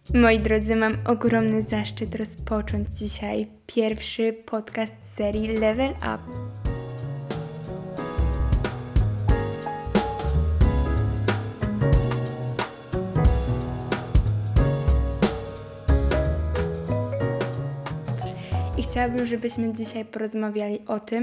Moi drodzy, mam ogromny zaszczyt rozpocząć dzisiaj pierwszy podcast z serii Level Up. I chciałabym, żebyśmy dzisiaj porozmawiali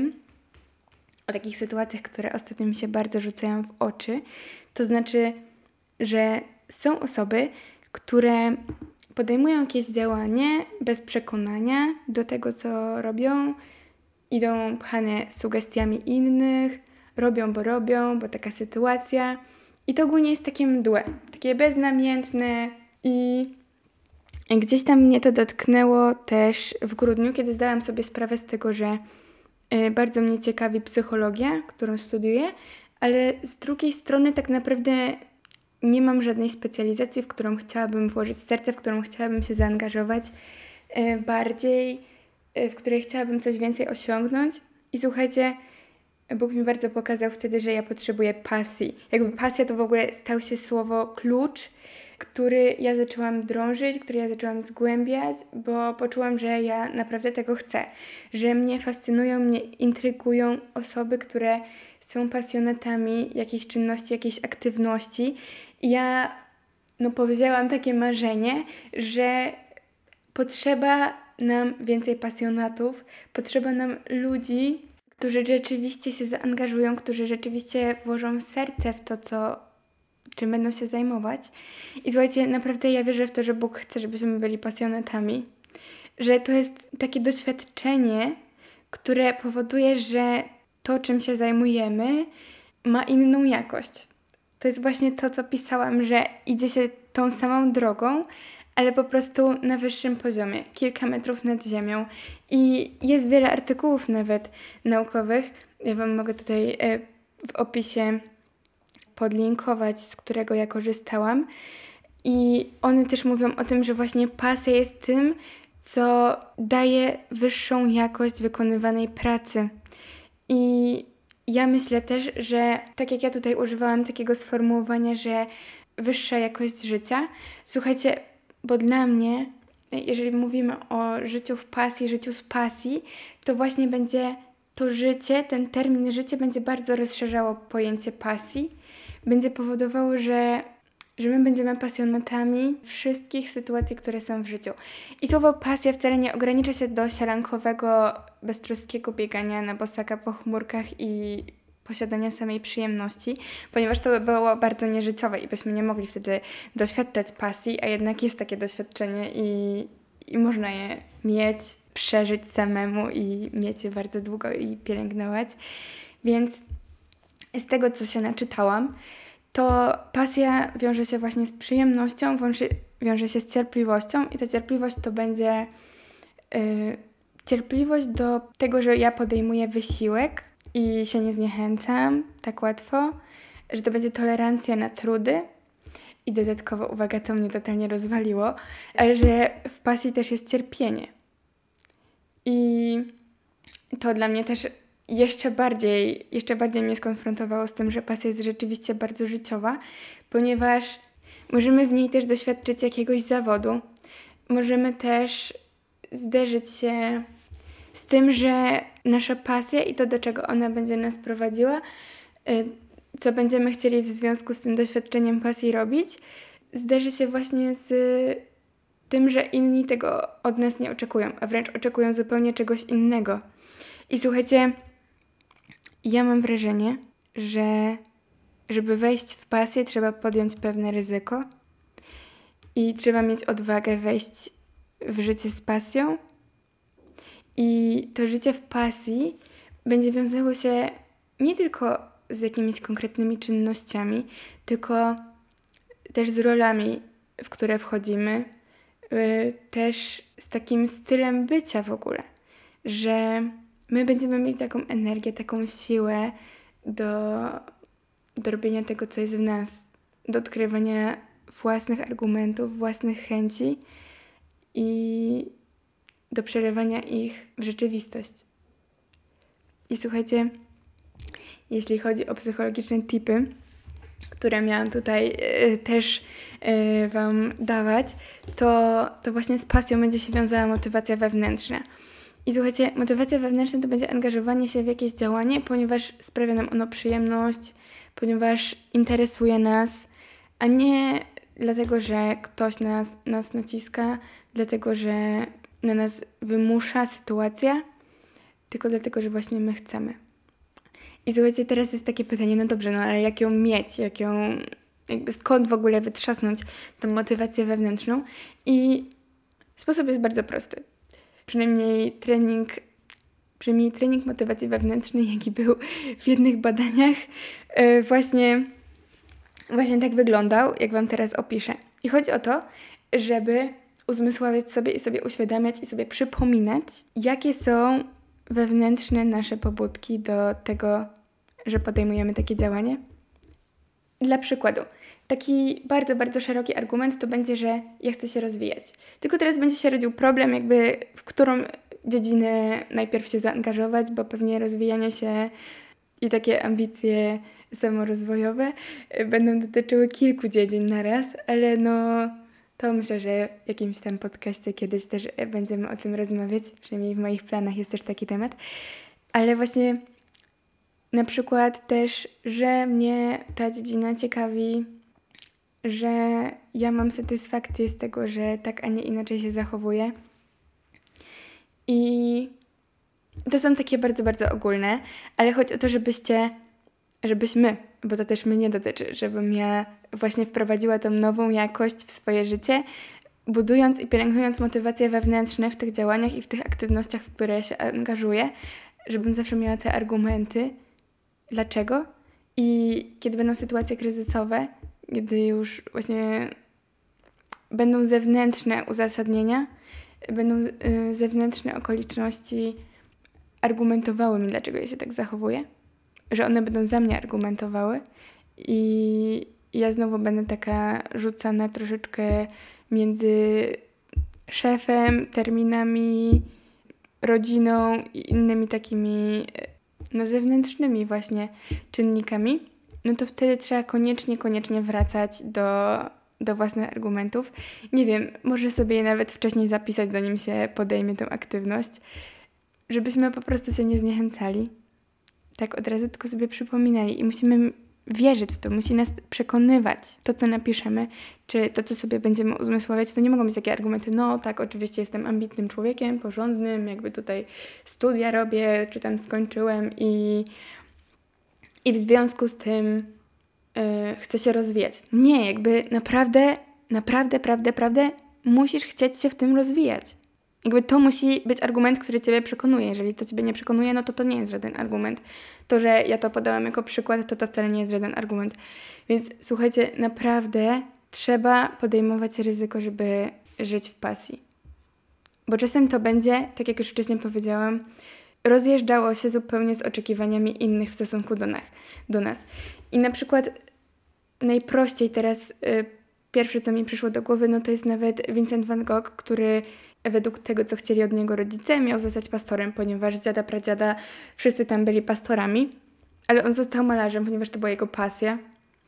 o takich sytuacjach, które ostatnio mi się bardzo rzucają w oczy. To znaczy, że są osoby, które podejmują jakieś działanie bez przekonania do tego, co robią, idą pchane sugestiami innych, robią, bo taka sytuacja. I to ogólnie jest takie mdłe, takie beznamiętne i gdzieś tam mnie to dotknęło też w grudniu, kiedy zdałam sobie sprawę z tego, że bardzo mnie ciekawi psychologia, którą studiuję, ale z drugiej strony tak naprawdę nie mam żadnej specjalizacji, w którą chciałabym włożyć serce, w którą chciałabym się zaangażować bardziej, w której chciałabym coś więcej osiągnąć. I słuchajcie, Bóg mi bardzo pokazał wtedy, że ja potrzebuję pasji. Jakby pasja to w ogóle stał się słowo klucz, który ja zaczęłam drążyć, który ja zaczęłam zgłębiać, bo poczułam, że ja naprawdę tego chcę. Że mnie fascynują, mnie intrygują osoby, które są pasjonatami jakiejś czynności, jakiejś aktywności. I ja powiedziałam takie marzenie, że potrzeba nam więcej pasjonatów, potrzeba nam ludzi, którzy rzeczywiście się zaangażują, którzy rzeczywiście włożą serce w to, czym będą się zajmować. I słuchajcie, naprawdę ja wierzę w to, że Bóg chce, żebyśmy byli pasjonatami. Że to jest takie doświadczenie, które powoduje, że to, czym się zajmujemy, ma inną jakość. To jest właśnie to, co pisałam, że idzie się tą samą drogą, ale po prostu na wyższym poziomie, kilka metrów nad ziemią. I jest wiele artykułów nawet naukowych, ja Wam mogę tutaj w opisie podlinkować, z którego ja korzystałam. I one też mówią o tym, że właśnie pasja jest tym, co daje wyższą jakość wykonywanej pracy. I ja myślę też, że tak jak ja tutaj używałam takiego sformułowania, że wyższa jakość życia, słuchajcie, bo dla mnie, jeżeli mówimy o życiu w pasji, życiu z pasji, to właśnie będzie to życie, ten termin życie będzie bardzo rozszerzało pojęcie pasji, będzie powodowało, że my będziemy pasjonatami wszystkich sytuacji, które są w życiu. I słowo pasja wcale nie ogranicza się do sielankowego, beztroskiego biegania na bosaka po chmurkach i posiadania samej przyjemności, ponieważ to by było bardzo nieżyciowe i byśmy nie mogli wtedy doświadczać pasji, a jednak jest takie doświadczenie i można je mieć, przeżyć samemu i mieć je bardzo długo i pielęgnować. Więc z tego, co się naczytałam, to pasja wiąże się właśnie z przyjemnością, wiąże się z cierpliwością i ta cierpliwość to będzie cierpliwość do tego, że ja podejmuję wysiłek i się nie zniechęcam tak łatwo, że to będzie tolerancja na trudy i dodatkowo, uwaga, to mnie totalnie rozwaliło, ale że w pasji też jest cierpienie. I to dla mnie też jeszcze bardziej mnie skonfrontowało z tym, że pasja jest rzeczywiście bardzo życiowa, ponieważ możemy w niej też doświadczyć jakiegoś zawodu. Możemy też zderzyć się z tym, że nasza pasja i to, do czego ona będzie nas prowadziła, co będziemy chcieli w związku z tym doświadczeniem pasji robić, zderzy się właśnie z tym, że inni tego od nas nie oczekują, a wręcz oczekują zupełnie czegoś innego. I słuchajcie, ja mam wrażenie, że żeby wejść w pasję, trzeba podjąć pewne ryzyko i trzeba mieć odwagę wejść w życie z pasją. I to życie w pasji będzie wiązało się nie tylko z jakimiś konkretnymi czynnościami, tylko też z rolami, w które wchodzimy, też z takim stylem bycia w ogóle, że my będziemy mieli taką energię, taką siłę do robienia tego, co jest w nas, do odkrywania własnych argumentów, własnych chęci i do przelewania ich w rzeczywistość. I słuchajcie, jeśli chodzi o psychologiczne tipy, które miałam tutaj też Wam dawać, to właśnie z pasją będzie się wiązała motywacja wewnętrzna. I słuchajcie, motywacja wewnętrzna to będzie angażowanie się w jakieś działanie, ponieważ sprawia nam ono przyjemność, ponieważ interesuje nas, a nie dlatego, że ktoś nas naciska, dlatego, że na nas wymusza sytuacja, tylko dlatego, że właśnie my chcemy. I słuchajcie, teraz jest takie pytanie, no dobrze, no ale jak ją mieć, skąd w ogóle wytrzasnąć tą motywację wewnętrzną? I sposób jest bardzo prosty. Przynajmniej trening motywacji wewnętrznej, jaki był w jednych badaniach, właśnie tak wyglądał, jak Wam teraz opiszę. I chodzi o to, żeby uzmysławiać sobie i sobie uświadamiać i sobie przypominać, jakie są wewnętrzne nasze pobudki do tego, że podejmujemy takie działanie. Dla przykładu, taki bardzo, bardzo szeroki argument to będzie, że ja chcę się rozwijać. Tylko teraz będzie się rodził problem, w którą dziedzinę najpierw się zaangażować, bo pewnie rozwijanie się i takie ambicje samorozwojowe będą dotyczyły kilku dziedzin naraz, ale to myślę, że w jakimś tam podcaście kiedyś też będziemy o tym rozmawiać, przynajmniej w moich planach jest też taki temat, ale właśnie na przykład też, że mnie ta dziedzina ciekawi, że ja mam satysfakcję z tego, że tak, a nie inaczej się zachowuję. I to są takie bardzo, bardzo ogólne, ale chodzi o to, żebyśmy, bo to też mnie dotyczy, żebym ja właśnie wprowadziła tą nową jakość w swoje życie, budując i pielęgnując motywacje wewnętrzne w tych działaniach i w tych aktywnościach, w które ja się angażuję, żebym zawsze miała te argumenty, dlaczego. I kiedy będą sytuacje kryzysowe, kiedy już właśnie będą zewnętrzne uzasadnienia, będą zewnętrzne okoliczności argumentowały mi, dlaczego ja się tak zachowuję, że one będą za mnie argumentowały i ja znowu będę taka rzucana troszeczkę między szefem, terminami, rodziną i innymi takimi zewnętrznymi właśnie czynnikami, no to wtedy trzeba koniecznie wracać do własnych argumentów. Nie wiem, może sobie je nawet wcześniej zapisać, zanim się podejmie tę aktywność, żebyśmy po prostu się nie zniechęcali. Tak od razu tylko sobie przypominali i musimy wierzyć w to, musi nas przekonywać to, co napiszemy, czy to, co sobie będziemy uzmysławiać, to nie mogą być takie argumenty, no tak, oczywiście jestem ambitnym człowiekiem, porządnym, jakby tutaj studia robię, czy tam skończyłem i w związku z tym chcę się rozwijać. Nie, jakby naprawdę musisz chcieć się w tym rozwijać. Jakby to musi być argument, który Ciebie przekonuje. Jeżeli to Ciebie nie przekonuje, no to nie jest żaden argument. To, że ja to podałam jako przykład, to wcale nie jest żaden argument. Więc słuchajcie, naprawdę trzeba podejmować ryzyko, żeby żyć w pasji. Bo czasem to będzie, tak jak już wcześniej powiedziałam, rozjeżdżało się zupełnie z oczekiwaniami innych w stosunku do nas. I na przykład najprościej teraz pierwsze, co mi przyszło do głowy, no to jest nawet Vincent van Gogh, który według tego, co chcieli od niego rodzice, miał zostać pastorem, ponieważ dziada, pradziada, wszyscy tam byli pastorami, ale on został malarzem, ponieważ to była jego pasja.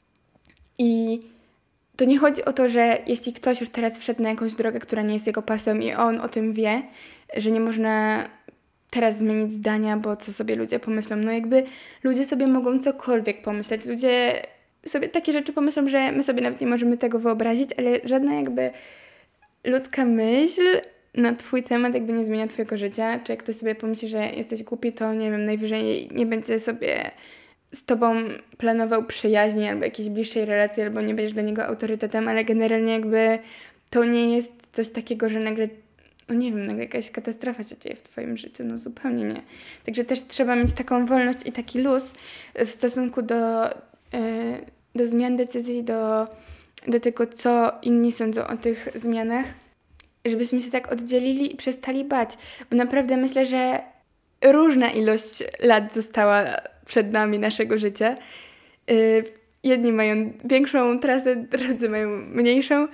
I to nie chodzi o to, że jeśli ktoś już teraz wszedł na jakąś drogę, która nie jest jego pasją i on o tym wie, że nie można teraz zmienić zdania, bo co sobie ludzie pomyślą. No jakby ludzie sobie mogą cokolwiek pomyśleć. Ludzie sobie takie rzeczy pomyślą, że my sobie nawet nie możemy tego wyobrazić, ale żadna jakby ludzka myśl na Twój temat jakby nie zmienia Twojego życia. Czy jak ktoś sobie pomyśli, że jesteś głupi, to nie wiem, najwyżej nie będzie sobie z Tobą planował przyjaźni albo jakiejś bliższej relacji, albo nie będziesz dla niego autorytetem, ale generalnie jakby to nie jest coś takiego, że nagle, no nie wiem, nagle jakaś katastrofa się dzieje w Twoim życiu, no zupełnie nie. Także też trzeba mieć taką wolność i taki luz w stosunku do zmian decyzji, do tego, co inni sądzą o tych zmianach, żebyśmy się tak oddzielili i przestali bać. Bo naprawdę myślę, że różna ilość lat została przed nami naszego życia. Jedni mają większą trasę, drudzy mają mniejszą,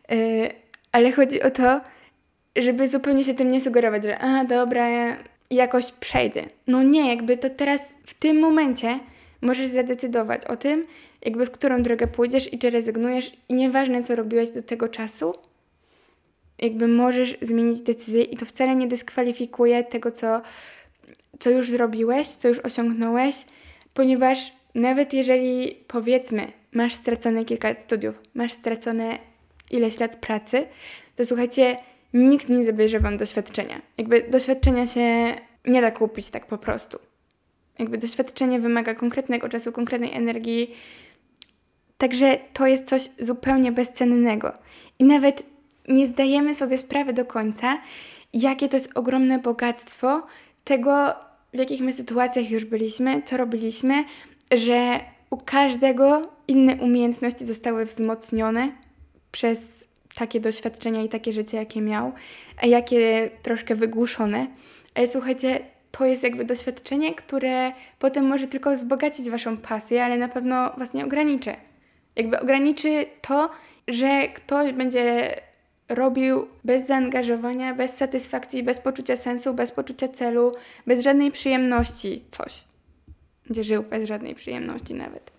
ale chodzi o to, żeby zupełnie się tym nie sugerować, że dobra, jakoś przejdzie. No nie, jakby to teraz w tym momencie możesz zadecydować o tym, jakby w którą drogę pójdziesz i czy rezygnujesz i nieważne co robiłeś do tego czasu, jakby możesz zmienić decyzję i to wcale nie dyskwalifikuje tego, co już zrobiłeś, co już osiągnąłeś, ponieważ nawet jeżeli, powiedzmy, masz stracone kilka lat studiów, masz stracone ileś lat pracy, to słuchajcie, nikt nie zabierze wam doświadczenia. Jakby doświadczenia się nie da kupić tak po prostu. Jakby doświadczenie wymaga konkretnego czasu, konkretnej energii. Także to jest coś zupełnie bezcennego. I nawet nie zdajemy sobie sprawy do końca, jakie to jest ogromne bogactwo tego, w jakich my sytuacjach już byliśmy, co robiliśmy, że u każdego inne umiejętności zostały wzmocnione przez takie doświadczenia i takie życie, jakie miał, a jakie troszkę wygłuszone. Ale słuchajcie, to jest jakby doświadczenie, które potem może tylko wzbogacić waszą pasję, ale na pewno was nie ograniczy. Jakby ograniczy to, że ktoś będzie robił bez zaangażowania, bez satysfakcji, bez poczucia sensu, bez poczucia celu, bez żadnej przyjemności coś. Będzie żył bez żadnej przyjemności nawet.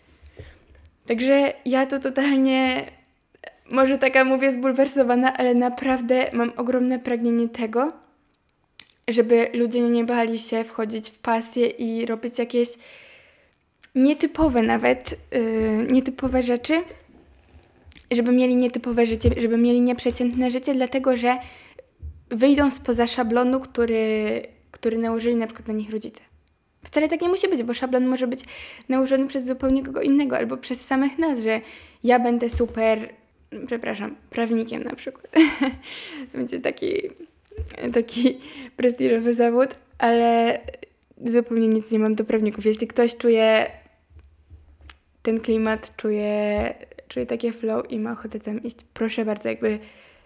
Także ja to totalnie, może taka mówię zbulwersowana, ale naprawdę mam ogromne pragnienie tego, żeby ludzie nie bali się wchodzić w pasję i robić jakieś nietypowe nawet, nietypowe rzeczy, żeby mieli nietypowe życie, żeby mieli nieprzeciętne życie, dlatego że wyjdą spoza szablonu, który nałożyli na przykład na nich rodzice. Wcale tak nie musi być, bo szablon może być nałożony przez zupełnie kogo innego, albo przez samych nas, że ja będę super, prawnikiem na przykład. Będzie taki prestiżowy zawód, ale zupełnie nic nie mam do prawników. Jeśli ktoś czuje ten klimat, czuje takie flow i ma ochotę tam iść, proszę bardzo, jakby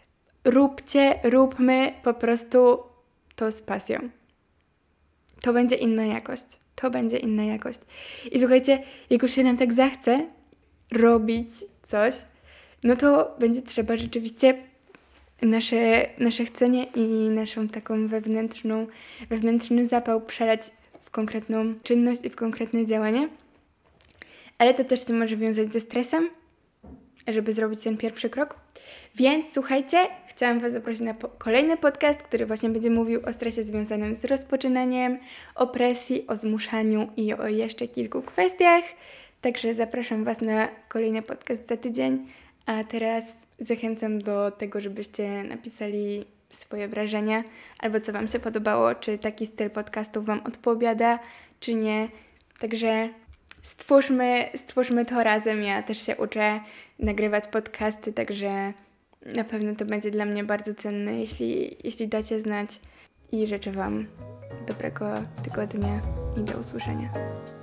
róbmy po prostu to z pasją. To będzie inna jakość. I słuchajcie, jak już się nam tak zachce robić coś, no to będzie trzeba rzeczywiście nasze chcenie i naszą taką wewnętrzny zapał przelać w konkretną czynność i w konkretne działanie. Ale to też się może wiązać ze stresem, żeby zrobić ten pierwszy krok. Więc słuchajcie, chciałam Was zaprosić na kolejny podcast, który właśnie będzie mówił o stresie związanym z rozpoczynaniem, o presji, o zmuszaniu i o jeszcze kilku kwestiach. Także zapraszam Was na kolejny podcast za tydzień, a teraz zachęcam do tego, żebyście napisali swoje wrażenia, albo co Wam się podobało, czy taki styl podcastów Wam odpowiada, czy nie. Także stwórzmy to razem. Ja też się uczę nagrywać podcasty, także na pewno to będzie dla mnie bardzo cenne, jeśli dacie znać. I życzę Wam dobrego tygodnia i do usłyszenia.